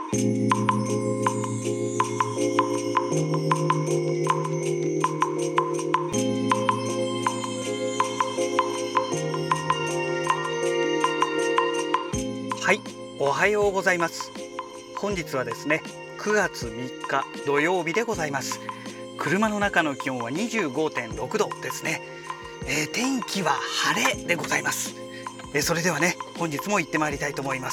はい、おはようございます。本日はですね、9月3日土曜日でございます。車の中の気温は25.6度ですね。天気は晴れでございます。それではね、本日も行ってまいりたいと思います。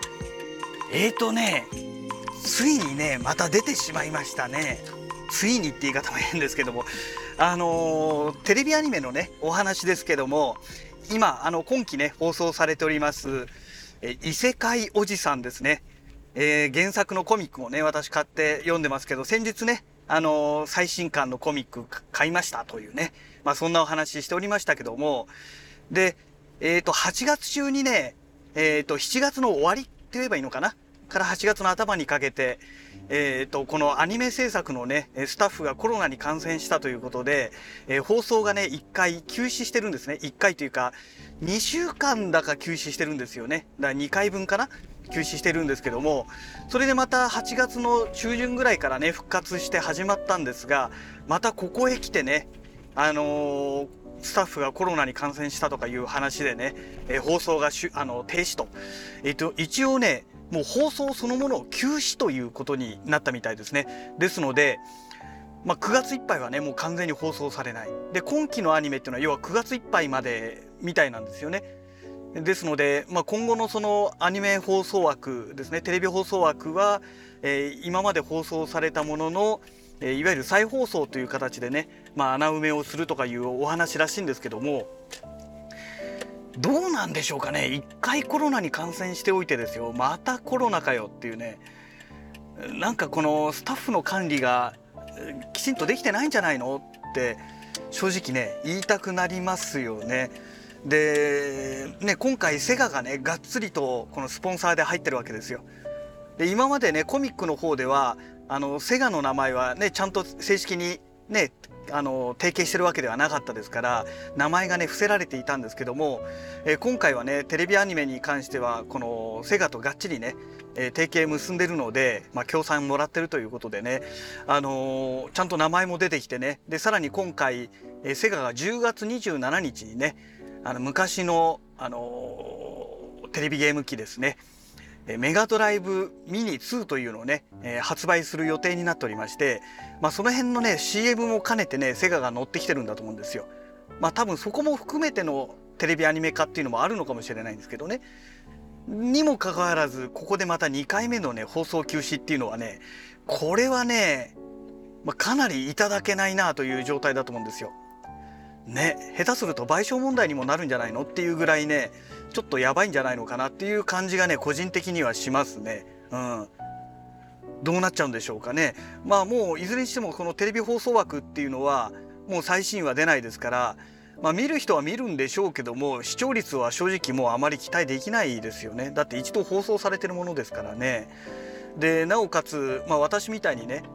ついにね、また出てしまいましたね。ついにって言い方も変ですけども、テレビアニメのね、お話ですけども、今、今期ね、放送されております、異世界おじさんですね。原作のコミックもね、私買って読んでますけど、先日ね、最新刊のコミック買いましたというね、そんなお話しておりましたけども、で、8月中にね、7月の終わりって言えばいいのかなから8月の頭にかけて、このアニメ制作のね、スタッフがコロナに感染したということで、放送がね、1回休止してるんですね。1回というか、2週間だか休止してるんですよね。だから2回分かな休止してるんですけども、それでまた8月の中旬ぐらいからね、復活して始まったんですが、またここへ来てね、スタッフがコロナに感染したとかいう話でね、放送が停止と。一応ね、もう放送そのものを休止ということになったみたいですね。ですので、9月いっぱいはね、もう完全に放送されない。で、今期のアニメっていうのは要は9月いっぱいまでみたいなんですよね。ですので、今後のそのアニメ放送枠ですね、テレビ放送枠は、今まで放送されたものの、いわゆる再放送という形でね、穴埋めをするとかいうお話らしいんですけども、どうなんでしょうかね。一回コロナに感染しておいてですよ、またコロナかよっていうね、なんかこのスタッフの管理がきちんとできてないんじゃないのって正直ね言いたくなりますよね。でね、今回セガがねがっつりとこのスポンサーで入ってるわけですよ。で今までねコミックの方ではセガの名前はねちゃんと正式にね提携してるわけではなかったですから名前がね伏せられていたんですけども、今回はねテレビアニメに関してはこのセガとがっちりね、提携結んでるので、協賛もらってるということでね、ちゃんと名前も出てきてね、でさらに今回、セガが10月27日にね昔の、テレビゲーム機ですねメガドライブミニ2というのをね、発売する予定になっておりまして、その辺のね CM も兼ねてねセガが乗ってきてるんだと思うんですよ。多分そこも含めてのテレビアニメ化っていうのもあるのかもしれないんですけどね。にもかかわらずここでまた2回目のね放送休止っていうのはね、これはね、かなりいただけないなという状態だと思うんですよ。ね、下手すると賠償問題にもなるんじゃないのっていうぐらいねちょっとやばいんじゃないのかなっていう感じがね個人的にはしますね。どうなっちゃうんでしょうかね。もういずれにしてもこのテレビ放送枠っていうのはもう最新話出ないですから、見る人は見るんでしょうけども視聴率は正直もうあまり期待できないですよね。だって一度放送されてるものですからね。でなおかつ、私みたいにね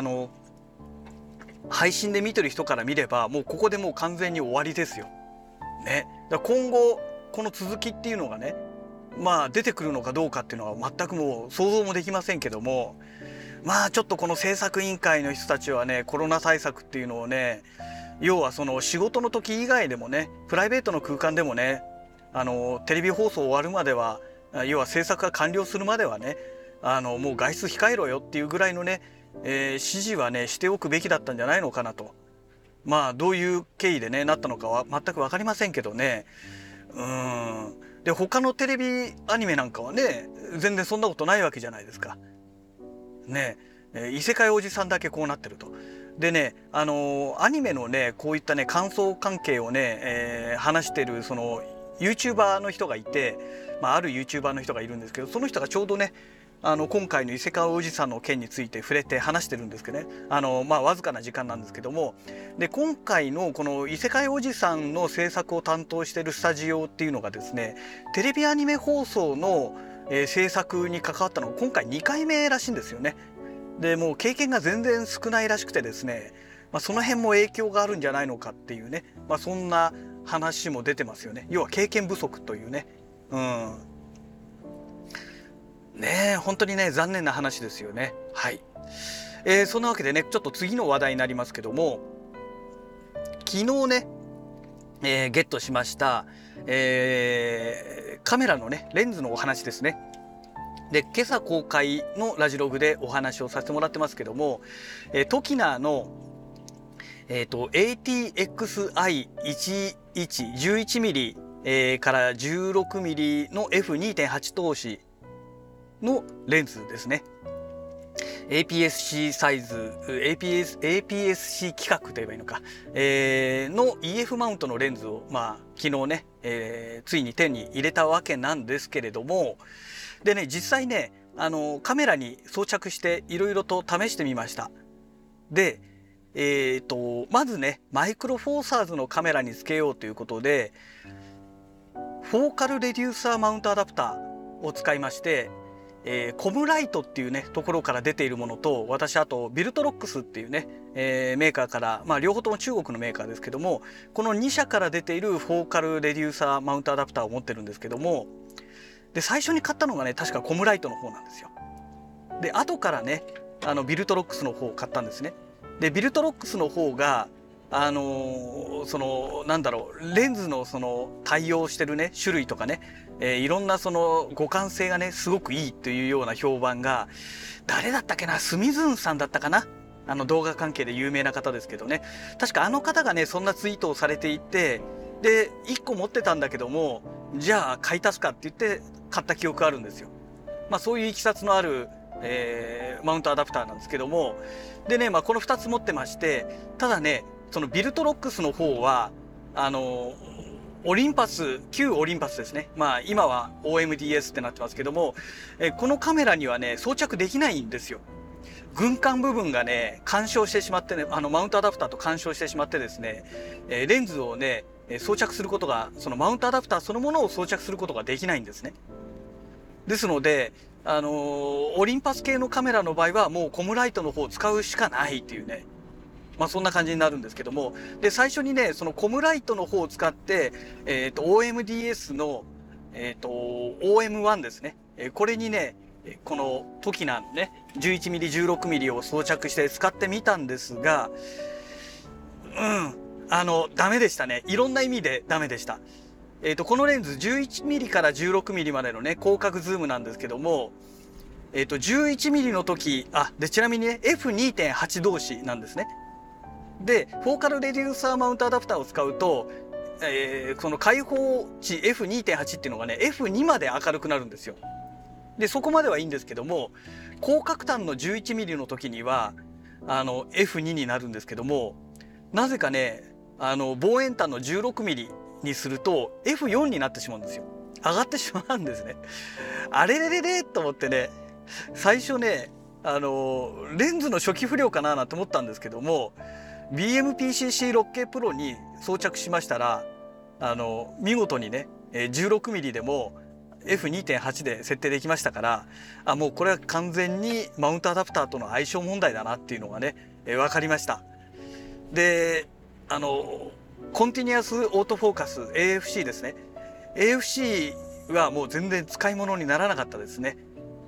配信で見てる人から見ればもうここでもう完全に終わりですよ。ね、だから今後この続きっていうのがね出てくるのかどうかっていうのは全くもう想像もできませんけども、ちょっとこの制作委員会の人たちはねコロナ対策っていうのをね、要はその仕事の時以外でもねプライベートの空間でもねテレビ放送終わるまでは要は制作が完了するまではねもう外出控えろよっていうぐらいのね、指示はねしておくべきだったんじゃないのかなと。どういう経緯でねなったのかは全く分かりませんけどね。で他のテレビアニメなんかはね全然そんなことないわけじゃないですか。ね異世界おじさんだけこうなってると。でねアニメのねこういったね感想関係をね、話してるその YouTuber の人がいて、ある YouTuber の人がいるんですけど、その人がちょうどね今回の異世界おじさんの件について触れて話してるんですけどね、わずかな時間なんですけども、で今回のこの異世界おじさんの制作を担当しているスタジオっていうのがですねテレビアニメ放送の、制作に関わったのが今回2回目らしいんですよね。でもう経験が全然少ないらしくてですね、その辺も影響があるんじゃないのかっていうね、そんな話も出てますよね。要は経験不足というね。 ねえ、本当にね、残念な話ですよね。はい。そんなわけでね、ちょっと次の話題になりますけども、昨日ね、ゲットしました、カメラのね、レンズのお話ですね。で、今朝公開のラジログでお話をさせてもらってますけども、トキナの、ATXI11 11mm、から 16mm の F2.8 投資のレンズですね。APS-C サイズ、APS-C 規格と言えばいいのか、の EF マウントのレンズを、昨日ね、ついに手に入れたわけなんですけれども、でね、実際ね、カメラに装着していろいろと試してみました。で、まずね、マイクロフォーサーズのカメラにつけようということで、フォーカルレデューサーマウントアダプターを使いまして、コムライトっていうねところから出ているものと、私あとビルトロックスっていうね、メーカーから、両方とも中国のメーカーですけども、この2社から出ているフォーカルレデューサーマウントアダプターを持ってるんですけども、で最初に買ったのがね、確かコムライトの方なんですよ。で後からね、ビルトロックスの方を買ったんですね。でビルトロックスの方がそのなんだろう、レンズのその対応してるね種類とかね、いろんなその互換性がねすごくいいというような評判が、誰だったっけな、スミズンさんだったかな、動画関係で有名な方ですけどね、確かあの方がねそんなツイートをされていて、で1個持ってたんだけども、じゃあ買い足すかって言って買った記憶があるんですよ。そういういきさつのある、マウントアダプターなんですけども、でね、この2つ持ってまして、ただね、そのビルトロックスの方はオリンパス、旧オリンパスですね、今は OMDS ってなってますけども、このカメラにはね装着できないんですよ。軍艦部分がね干渉してしまってね、マウントアダプターと干渉してしまってですね、レンズをね装着することが、そのマウントアダプターそのものを装着することができないんですね。ですのでオリンパス系のカメラの場合はもうコムライトの方を使うしかないっていうね、そんな感じになるんですけども、で最初にねそのコムライトの方を使って、OMDS の、OM1 ですね、これにねこのトキナのね 11mm16mm を装着して使ってみたんですが、ダメでしたね。いろんな意味でダメでした。このレンズ 11mm から 16mm までのね広角ズームなんですけども、11mm の時でちなみにね F2.8 同士なんですね。でフォーカルレデューサーマウントアダプターを使うと、この開放値 F2.8 っていうのがね F2 まで明るくなるんですよ。でそこまではいいんですけども、広角端の 11mm の時にはF2 になるんですけども、なぜかね望遠端の 16mm にすると F4 になってしまうんですよ。上がってしまうんですね。あれれれれと思ってね、最初ねレンズの初期不良かななんて思ったんですけども、 BMPCC6K プロに装着しましたら見事にね 16mm でも F2.8 で設定できましたから、もうこれは完全にマウントアダプターとの相性問題だなっていうのがね、分かりました。でコンティニュアスオートフォーカス AFC ですね。 AFC はもう全然使い物にならなかったですね。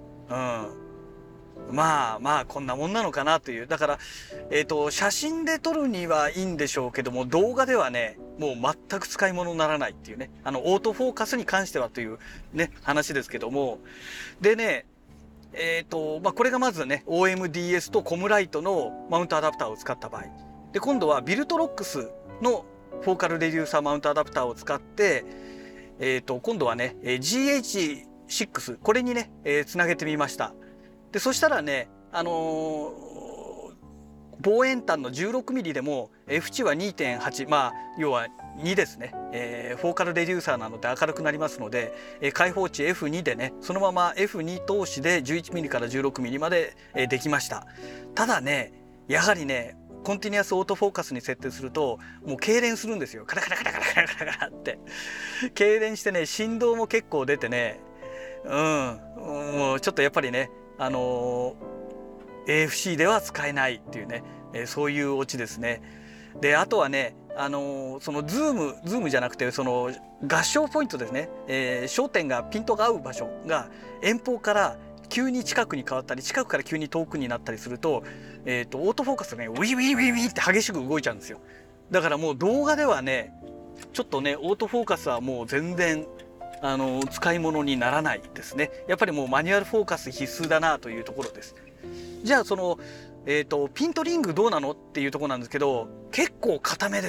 こんなもんなのかなという。だから写真で撮るにはいいんでしょうけども、動画ではねもう全く使い物にならないっていうね、オートフォーカスに関してはというね話ですけども、でねこれがまずね OMDS とコムライトのマウントアダプターを使った場合で、今度はビルトロックスのフォーカルレデューサーマウントアダプターを使って、今度はね GH6 これにね、つなげてみました。でそしたらね望遠端の 16mm でも F 値は 2.8、要は2ですね、フォーカルレデューサーなので明るくなりますので、開放値 F2 でねそのまま F2 通しで 11mm から 16mm まで、できました。ただねやはりねコンティニュアスオートフォーカスに設定するともう痙攣するんですよ。カラカラカラカラカラカラカラって痙攣してね、振動も結構出てね、もうちょっとやっぱりねAFC では使えないっていうね、そういうオチですね。であとはねそのズームじゃなくてその合掌ポイントですね、焦点がピントが合う場所が遠方から急に近くに変わったり近くから急に遠くになったりすると、オートフォーカスがねウィウィウィウィって激しく動いちゃうんですよ。だからもう動画ではねちょっとねオートフォーカスはもう全然使い物にならないですね。やっぱりもうマニュアルフォーカス必須だなというところです。じゃあそのピントリングどうなのっていうところなんですけど、結構固めです。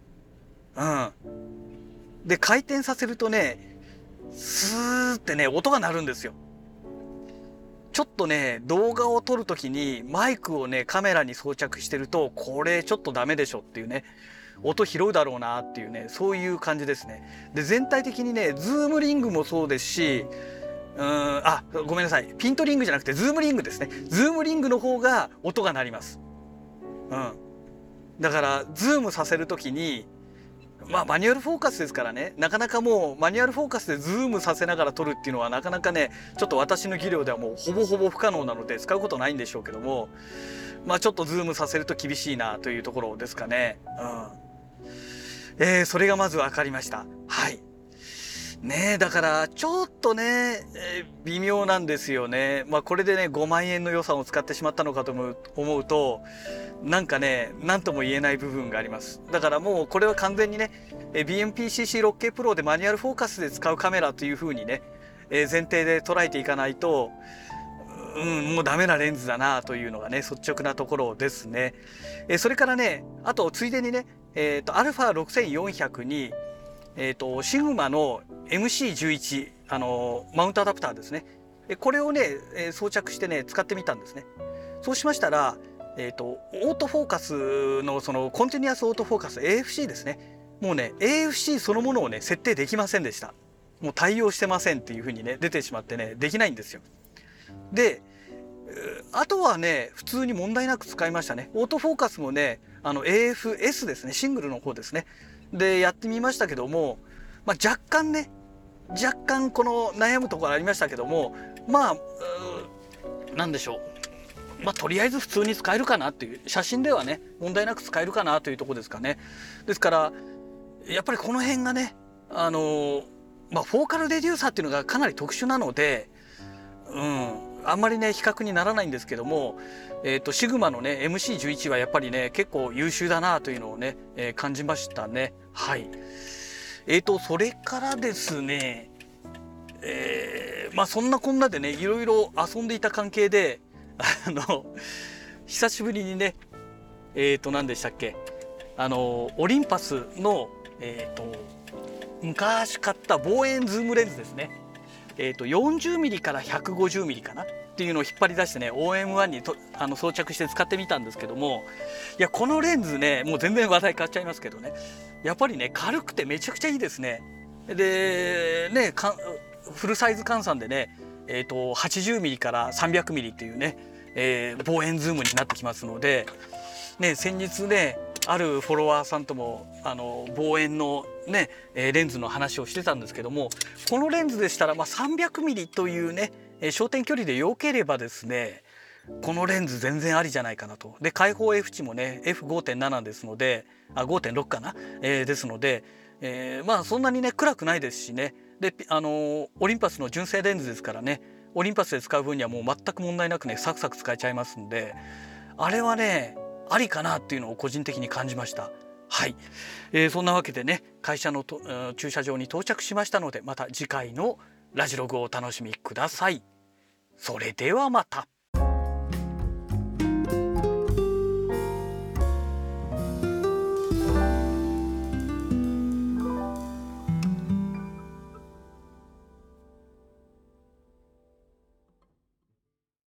で回転させるとねスーってね音が鳴るんですよ。ちょっとね動画を撮るときにマイクをねカメラに装着してるとこれちょっとダメでしょっていうね、音拾うだろうなっていうね、そういう感じですね。で全体的にねズームリングもそうですし、ごめんなさい、ピントリングじゃなくてズームリングですね。ズームリングの方が音が鳴ります。だからズームさせるときにマニュアルフォーカスですからね、なかなかもうマニュアルフォーカスでズームさせながら撮るっていうのはなかなかねちょっと私の技量ではもうほぼほぼ不可能なので使うことないんでしょうけども、ちょっとズームさせると厳しいなというところですかね。それがまず分かりました。はいね、だからちょっとね、微妙なんですよね。これでね5万円の予算を使ってしまったのかと思うとなんかね何とも言えない部分があります。だからもうこれは完全にね BMPCC6K Pro でマニュアルフォーカスで使うカメラというふうにね、前提で捉えていかないともうダメなレンズだなというのがね率直なところですね。それからねあとついでにねα6400 にシグマの MC11 マウントアダプターですね、これをね装着してね使ってみたんですね。そうしましたらオートフォーカスのそのコンティニュアスオートフォーカス AFC ですね、もうね AFC そのものをね設定できませんでした。もう対応してませんっていう風にね出てしまってねできないんですよ。であとはね普通に問題なく使いましたね。オートフォーカスもねAFS ですね、シングルの方ですねでやってみましたけども、若干この悩むところありましたけども、なんでしょう、とりあえず普通に使えるかなっていう、写真ではね問題なく使えるかなというところですかね。ですからやっぱりこの辺がねフォーカルレデューサーっていうのがかなり特殊なのであんまりね比較にならないんですけども、シグマのね MC11 はやっぱりね結構優秀だなというのをね、感じましたね。はい。それからですね、そんなこんなでねいろいろ遊んでいた関係で久しぶりにね何でしたっけオリンパスの昔買った望遠ズームレンズですね。40mm から 150mm かなっていうのを引っ張り出してね OM1 に装着して使ってみたんですけども、いやこのレンズねもう全然話題変わっちゃいますけどね、やっぱりね軽くてめちゃくちゃいいですね。でねフルサイズ換算でね、80mm から 300mm っていうね、望遠ズームになってきますので、ね、先日ねあるフォロワーさんとも望遠のねレンズの話をしてたんですけども、このレンズでしたら300mm というね焦点距離で良ければですねこのレンズ全然ありじゃないかなと。で開放 F 値もね F5.7 ですので5.6かな、ですので、そんなにね暗くないですしね。でオリンパスの純正レンズですからね、オリンパスで使う分にはもう全く問題なくねサクサク使えちゃいますんで、あれはねありかなっていうのを個人的に感じました。はい、そんなわけでね会社の駐車場に到着しましたので、また次回のラジログをお楽しみください。それではまた。